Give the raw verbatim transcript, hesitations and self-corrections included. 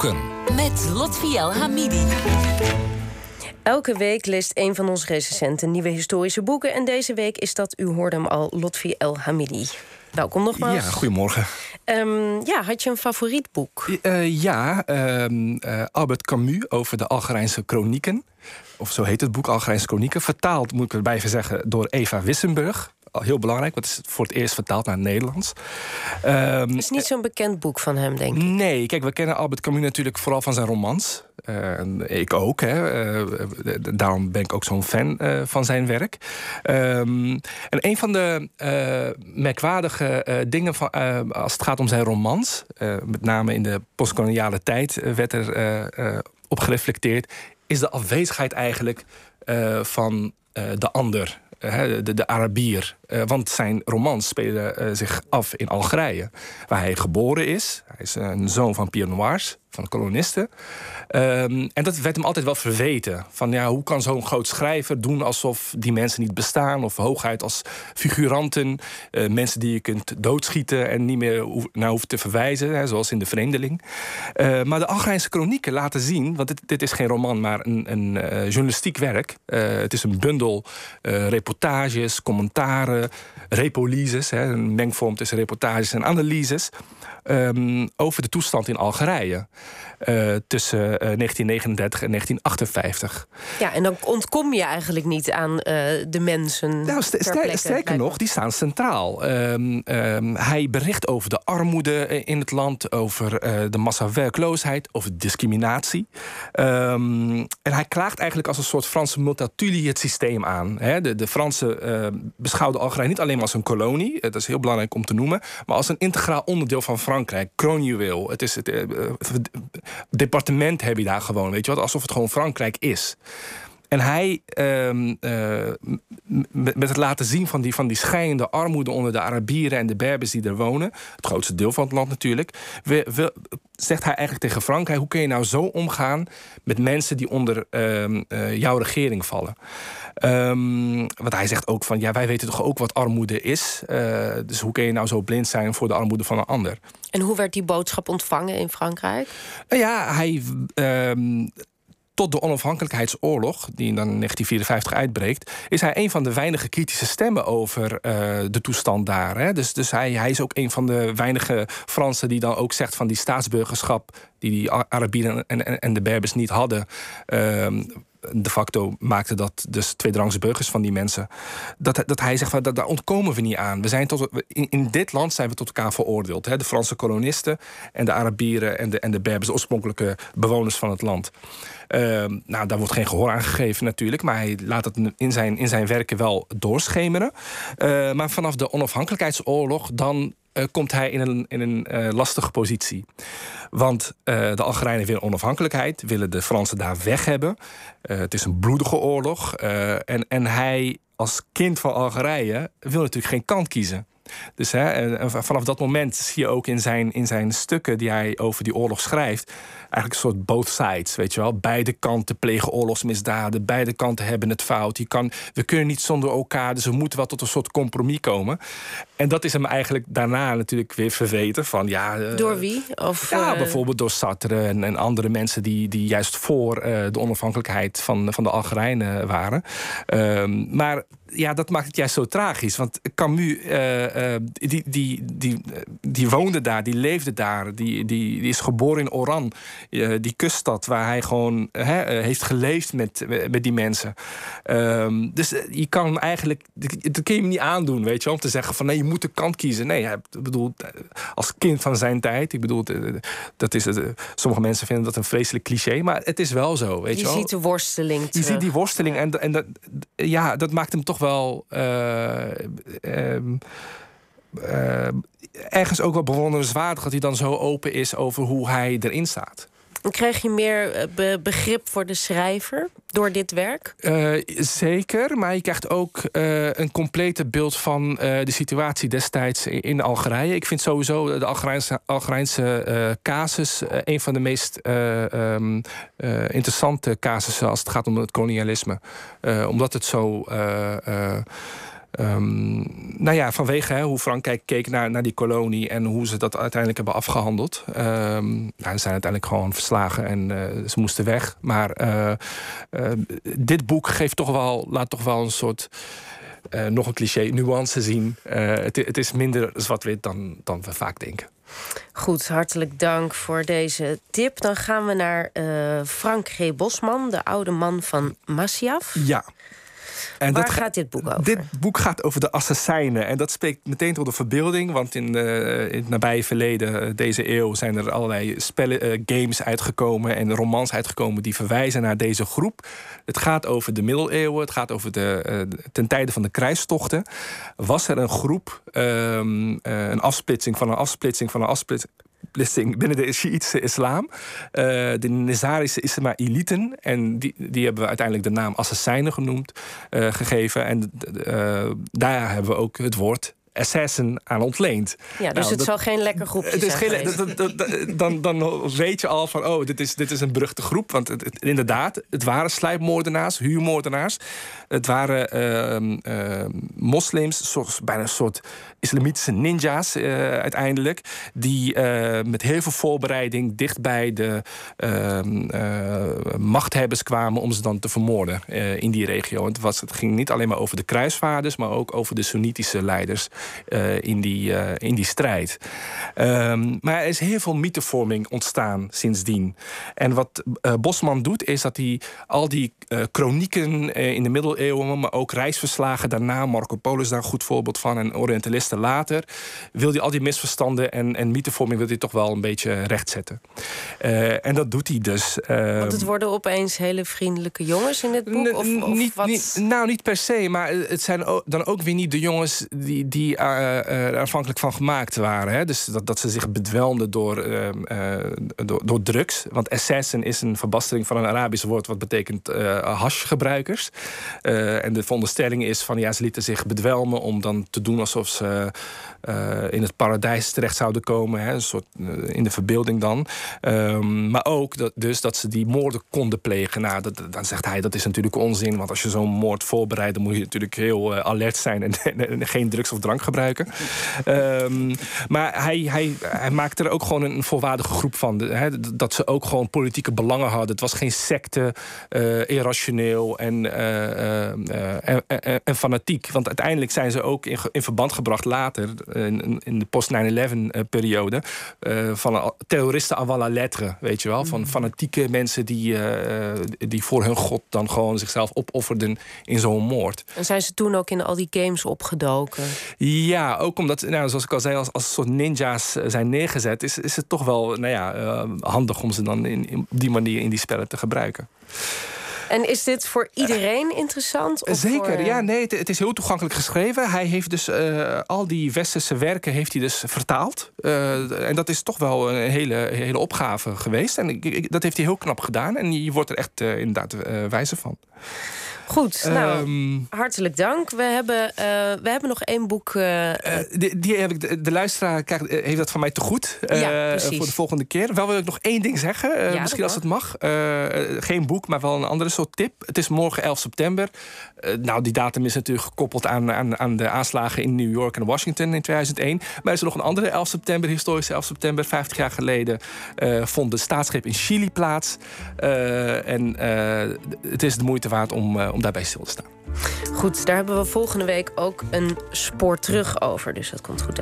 Boeken. Met Lotfi El Hamidi. Elke week leest een van onze recensenten nieuwe historische boeken. En deze week is dat, u hoorde hem al, Lotfi El Hamidi. Welkom nogmaals. Ja, goedemorgen. Um, ja, had je een favoriet boek? Uh, ja, um, uh, Albert Camus over de Algerijnse kronieken. Of zo heet het boek, Algerijnse kronieken. Vertaald, moet ik erbij zeggen, door Eva Wissenburg. Heel belangrijk, want het is voor het eerst vertaald naar het Nederlands. Um, het is niet zo'n bekend boek van hem, denk ik. Nee, kijk, we kennen Albert Camus natuurlijk vooral van zijn romans. Uh, ik ook, hè. Uh, daarom ben ik ook zo'n fan uh, van zijn werk. Um, en een van de uh, merkwaardige uh, dingen van, uh, als het gaat om zijn romans, uh, met name in de postkoloniale tijd, uh, werd er uh, uh, op gereflecteerd, is de afwezigheid eigenlijk uh, van uh, de ander. De, de Arabier. Uh, want zijn romans spelen uh, zich af in Algerije, waar hij geboren is. Hij is een zoon van Pied Noirs, van kolonisten. Um, en dat werd hem altijd wel verweten. Van ja, hoe kan zo'n groot schrijver doen alsof die mensen niet bestaan? Of hooguit als figuranten, uh, mensen die je kunt doodschieten en niet meer hoef, naar hoeft te verwijzen, hè, zoals in De Vreemdeling. Uh, maar de Algerijnse kronieken laten zien, want dit, dit is geen roman, maar een, een uh, journalistiek werk. Uh, het is een bundel uh, reportages, commentaren, repolises, hè, een mengvorm tussen reportages en analyses, um, over de toestand in Algerije. Uh, tussen uh, negentien negenendertig en negentien achtenvijftig. Ja, en dan ontkom je eigenlijk niet aan uh, de mensen. Nou, st- ster- plekke, sterker nog, die staan centraal. Um, um, hij bericht over de armoede in het land, over uh, de massawerkloosheid, over discriminatie. Um, en hij klaagt eigenlijk als een soort Franse Multatuli het systeem aan. He, de, de Fransen uh, beschouwden Algerije niet alleen maar als een kolonie, dat is heel belangrijk om te noemen, maar als een integraal onderdeel van Frankrijk, kroonjuweel. Het is het uh, departement heb je daar gewoon, weet je wat, alsof het gewoon Frankrijk is. En hij, uh, uh, met het laten zien van die, van die schijnende armoede onder de Arabieren en de Berbers die er wonen, het grootste deel van het land natuurlijk, we, we, zegt hij eigenlijk tegen Frankrijk, hoe kun je nou zo omgaan met mensen die onder uh, uh, jouw regering vallen? Um, want hij zegt ook van, ja, wij weten toch ook wat armoede is. Uh, dus hoe kun je nou zo blind zijn voor de armoede van een ander? En hoe werd die boodschap ontvangen in Frankrijk? Uh, ja, hij... Um, Tot de onafhankelijkheidsoorlog, die dan in negentien vierenvijftig uitbreekt, is hij een van de weinige kritische stemmen over uh, de toestand daar. Hè. Dus, dus hij, hij is ook een van de weinige Fransen die dan ook zegt van die staatsburgerschap die die Arabieren en, en, en de Berbers niet hadden. Uh, de facto maakte dat dus tweederangs burgers van die mensen. Dat, dat hij zegt, van, dat, daar ontkomen we niet aan. We zijn tot, in, in dit land zijn we tot elkaar veroordeeld. Hè? De Franse kolonisten en de Arabieren en de, en de Berbers, de oorspronkelijke bewoners van het land. Uh, nou, daar wordt geen gehoor aan gegeven natuurlijk, maar hij laat het in zijn, in zijn werken wel doorschemeren. Uh, maar vanaf de onafhankelijkheidsoorlog dan Uh, komt hij in een, in een uh, lastige positie. Want uh, de Algerijnen willen onafhankelijkheid, willen de Fransen daar weg hebben. Uh, het is een bloedige oorlog. Uh, en, en hij als kind van Algerije wil natuurlijk geen kant kiezen. Dus hè, en vanaf dat moment zie je ook in zijn, in zijn stukken die hij over die oorlog schrijft, eigenlijk een soort both sides, weet je wel. Beide kanten plegen oorlogsmisdaden, beide kanten hebben het fout. Je kan, we kunnen niet zonder elkaar, dus we moeten wel tot een soort compromis komen. En dat is hem eigenlijk daarna natuurlijk weer verweten van ja. Uh, door wie? Of, ja, uh... bijvoorbeeld door Sartre en, en andere mensen die, die juist voor uh, de onafhankelijkheid van, van de Algerijnen waren. Uh, maar ja, dat maakt het juist zo tragisch. Want Camus, uh, uh, die, die, die, die woonde daar, die leefde daar. Die, die, die is geboren in Oran, uh, die kuststad waar hij gewoon uh, heeft geleefd met, met die mensen. Uh, dus je kan hem eigenlijk, dat kun je hem niet aandoen, weet je, om te zeggen van nee, je moet de kant kiezen. Nee, ik bedoel, als kind van zijn tijd, ik bedoel, dat is het, sommige mensen vinden dat een vreselijk cliché, maar het is wel zo, weet je, je wel. Je ziet de worsteling terug. Je ziet die worsteling en, en dat, ja, dat maakt hem toch wel uh, uh, uh, ergens ook wel bewonderenswaardig dat hij dan zo open is over hoe hij erin staat. Krijg je meer be- begrip voor de schrijver door dit werk? Uh, zeker, maar je krijgt ook uh, een complete beeld van uh, de situatie destijds in Algerije. Ik vind sowieso de Algerijnse, Algerijnse uh, casus uh, een van de meest uh, um, uh, interessante casussen als het gaat om het kolonialisme. Uh, omdat het zo Uh, uh, Um, nou ja, vanwege hè, hoe Frankrijk keek naar, naar die kolonie en hoe ze dat uiteindelijk hebben afgehandeld. Um, nou, ze zijn uiteindelijk gewoon verslagen en uh, ze moesten weg. Maar uh, uh, dit boek geeft toch wel, laat toch wel een soort, uh, nog een cliché, nuance zien. Uh, het, het is minder zwart-wit dan, dan we vaak denken. Goed, hartelijk dank voor deze tip. Dan gaan we naar uh, Frank G. Bosman, de oude man van Masyaf. Ja. En Waar dat gaat dit boek over? Dit boek gaat over de assassijnen. En dat spreekt meteen tot de verbeelding. Want in, uh, in het nabije verleden, uh, deze eeuw, zijn er allerlei spellen, uh, games uitgekomen en romans uitgekomen die verwijzen naar deze groep. Het gaat over de middeleeuwen. Het gaat over de, uh, ten tijde van de kruistochten. Was er een groep, um, uh, een afsplitsing van een afsplitsing van een afsplitsing binnen de Sjiïtische islam. Uh, de Nizarische Ismaïlieten. En die, die hebben we uiteindelijk de naam assassijnen genoemd, uh, gegeven. En uh, daar hebben we ook het woord assassin aan ontleend. Ja, dus nou, het dat, zal geen lekker groepje het is zijn geen, dat, dat, dat, dan, dan weet je al van, oh, dit is, dit is een beruchte groep. Want het, het, inderdaad, het waren sluipmoordenaars, huurmoordenaars. Het waren uh, uh, moslims, soort, bijna een soort islamitische ninja's uh, uiteindelijk. Die uh, met heel veel voorbereiding dicht bij de uh, uh, machthebbers kwamen om ze dan te vermoorden uh, in die regio. Het, was, het ging niet alleen maar over de kruisvaarders, maar ook over de Soenitische leiders uh, in, die, uh, in die strijd. Um, maar er is heel veel mythevorming ontstaan sindsdien. En wat uh, Bosman doet, is dat hij al die uh, kronieken uh, in de middeleeuwen, maar ook reisverslagen daarna, Marco Polo is daar een goed voorbeeld van, en Orientalisten later, wil hij al die misverstanden en, en mythevorming wil hij toch wel een beetje rechtzetten. Uh, en dat doet hij dus. Uh, Want het worden opeens hele vriendelijke jongens in het boek? Of, of niet, wat? Niet, nou, niet per se, maar het zijn ook, dan ook weer niet de jongens die, die uh, uh, er afhankelijk van gemaakt waren. Hè? Dus dat, dat ze zich bedwelmden door, uh, uh, door, door drugs. Want assassin is een verbastering van een Arabisch woord wat betekent uh, hashgebruikers. Uh, en de veronderstelling is van ja, ze lieten zich bedwelmen om dan te doen alsof ze uh, in het paradijs terecht zouden komen. Hè? Een soort uh, in de verbeelding dan. Um, maar ook dat, dus dat ze die moorden konden plegen. Nou, dat, dan zegt hij, dat is natuurlijk onzin. Want als je zo'n moord voorbereidt, dan moet je natuurlijk heel uh, alert zijn en, en, en geen drugs of drank gebruiken. Um, maar hij, hij, hij maakte er ook gewoon een volwaardige groep van. De, hè, dat ze ook gewoon politieke belangen hadden. Het was geen secte, uh, irrationeel en, uh, uh, uh, en, en, en fanatiek. Want uiteindelijk zijn ze ook in, in verband gebracht later, in, in de post nine eleven periode, uh, van terroristen avant la lettre, weet je wel. Van fanatieke mensen die, uh, die voor hun god dan gewoon zichzelf opofferden in zo'n moord. En zijn ze toen ook in al die games opgedoken? Ja, ook omdat, nou, zoals ik al zei, als, als soort ninja's zijn neergezet, is, is het toch wel nou ja, uh, handig om ze dan in, in, op die manier in die spellen te gebruiken. En is dit voor iedereen interessant? Of Zeker, voor... ja, nee, het, het is heel toegankelijk geschreven. Hij heeft dus uh, al die westerse werken heeft hij dus vertaald. Uh, en dat is toch wel een hele, hele opgave geweest. En ik, ik, dat heeft hij heel knap gedaan. En je wordt er echt uh, inderdaad uh, wijzer van. Goed, nou, um, hartelijk dank. We hebben, uh, we hebben nog één boek. Uh, uh, die, die heb ik, de, de luisteraar krijgt, heeft dat van mij te goed. Uh, ja, voor de volgende keer. Wel wil ik nog één ding zeggen. Uh, ja, misschien als het mag. Uh, geen boek, maar wel een andere soort tip. Het is morgen elf september. Uh, nou, die datum is natuurlijk gekoppeld aan, aan, aan de aanslagen in New York en Washington in tweeduizend één. Maar er is er nog een andere elf september, historische elf september. vijftig jaar geleden uh, vond de staatsgreep in Chili plaats. Uh, en uh, het is de moeite waard om, uh, om daarbij stil te staan. Goed, daar hebben we volgende week ook een spoor terug over. Dus dat komt goed uit.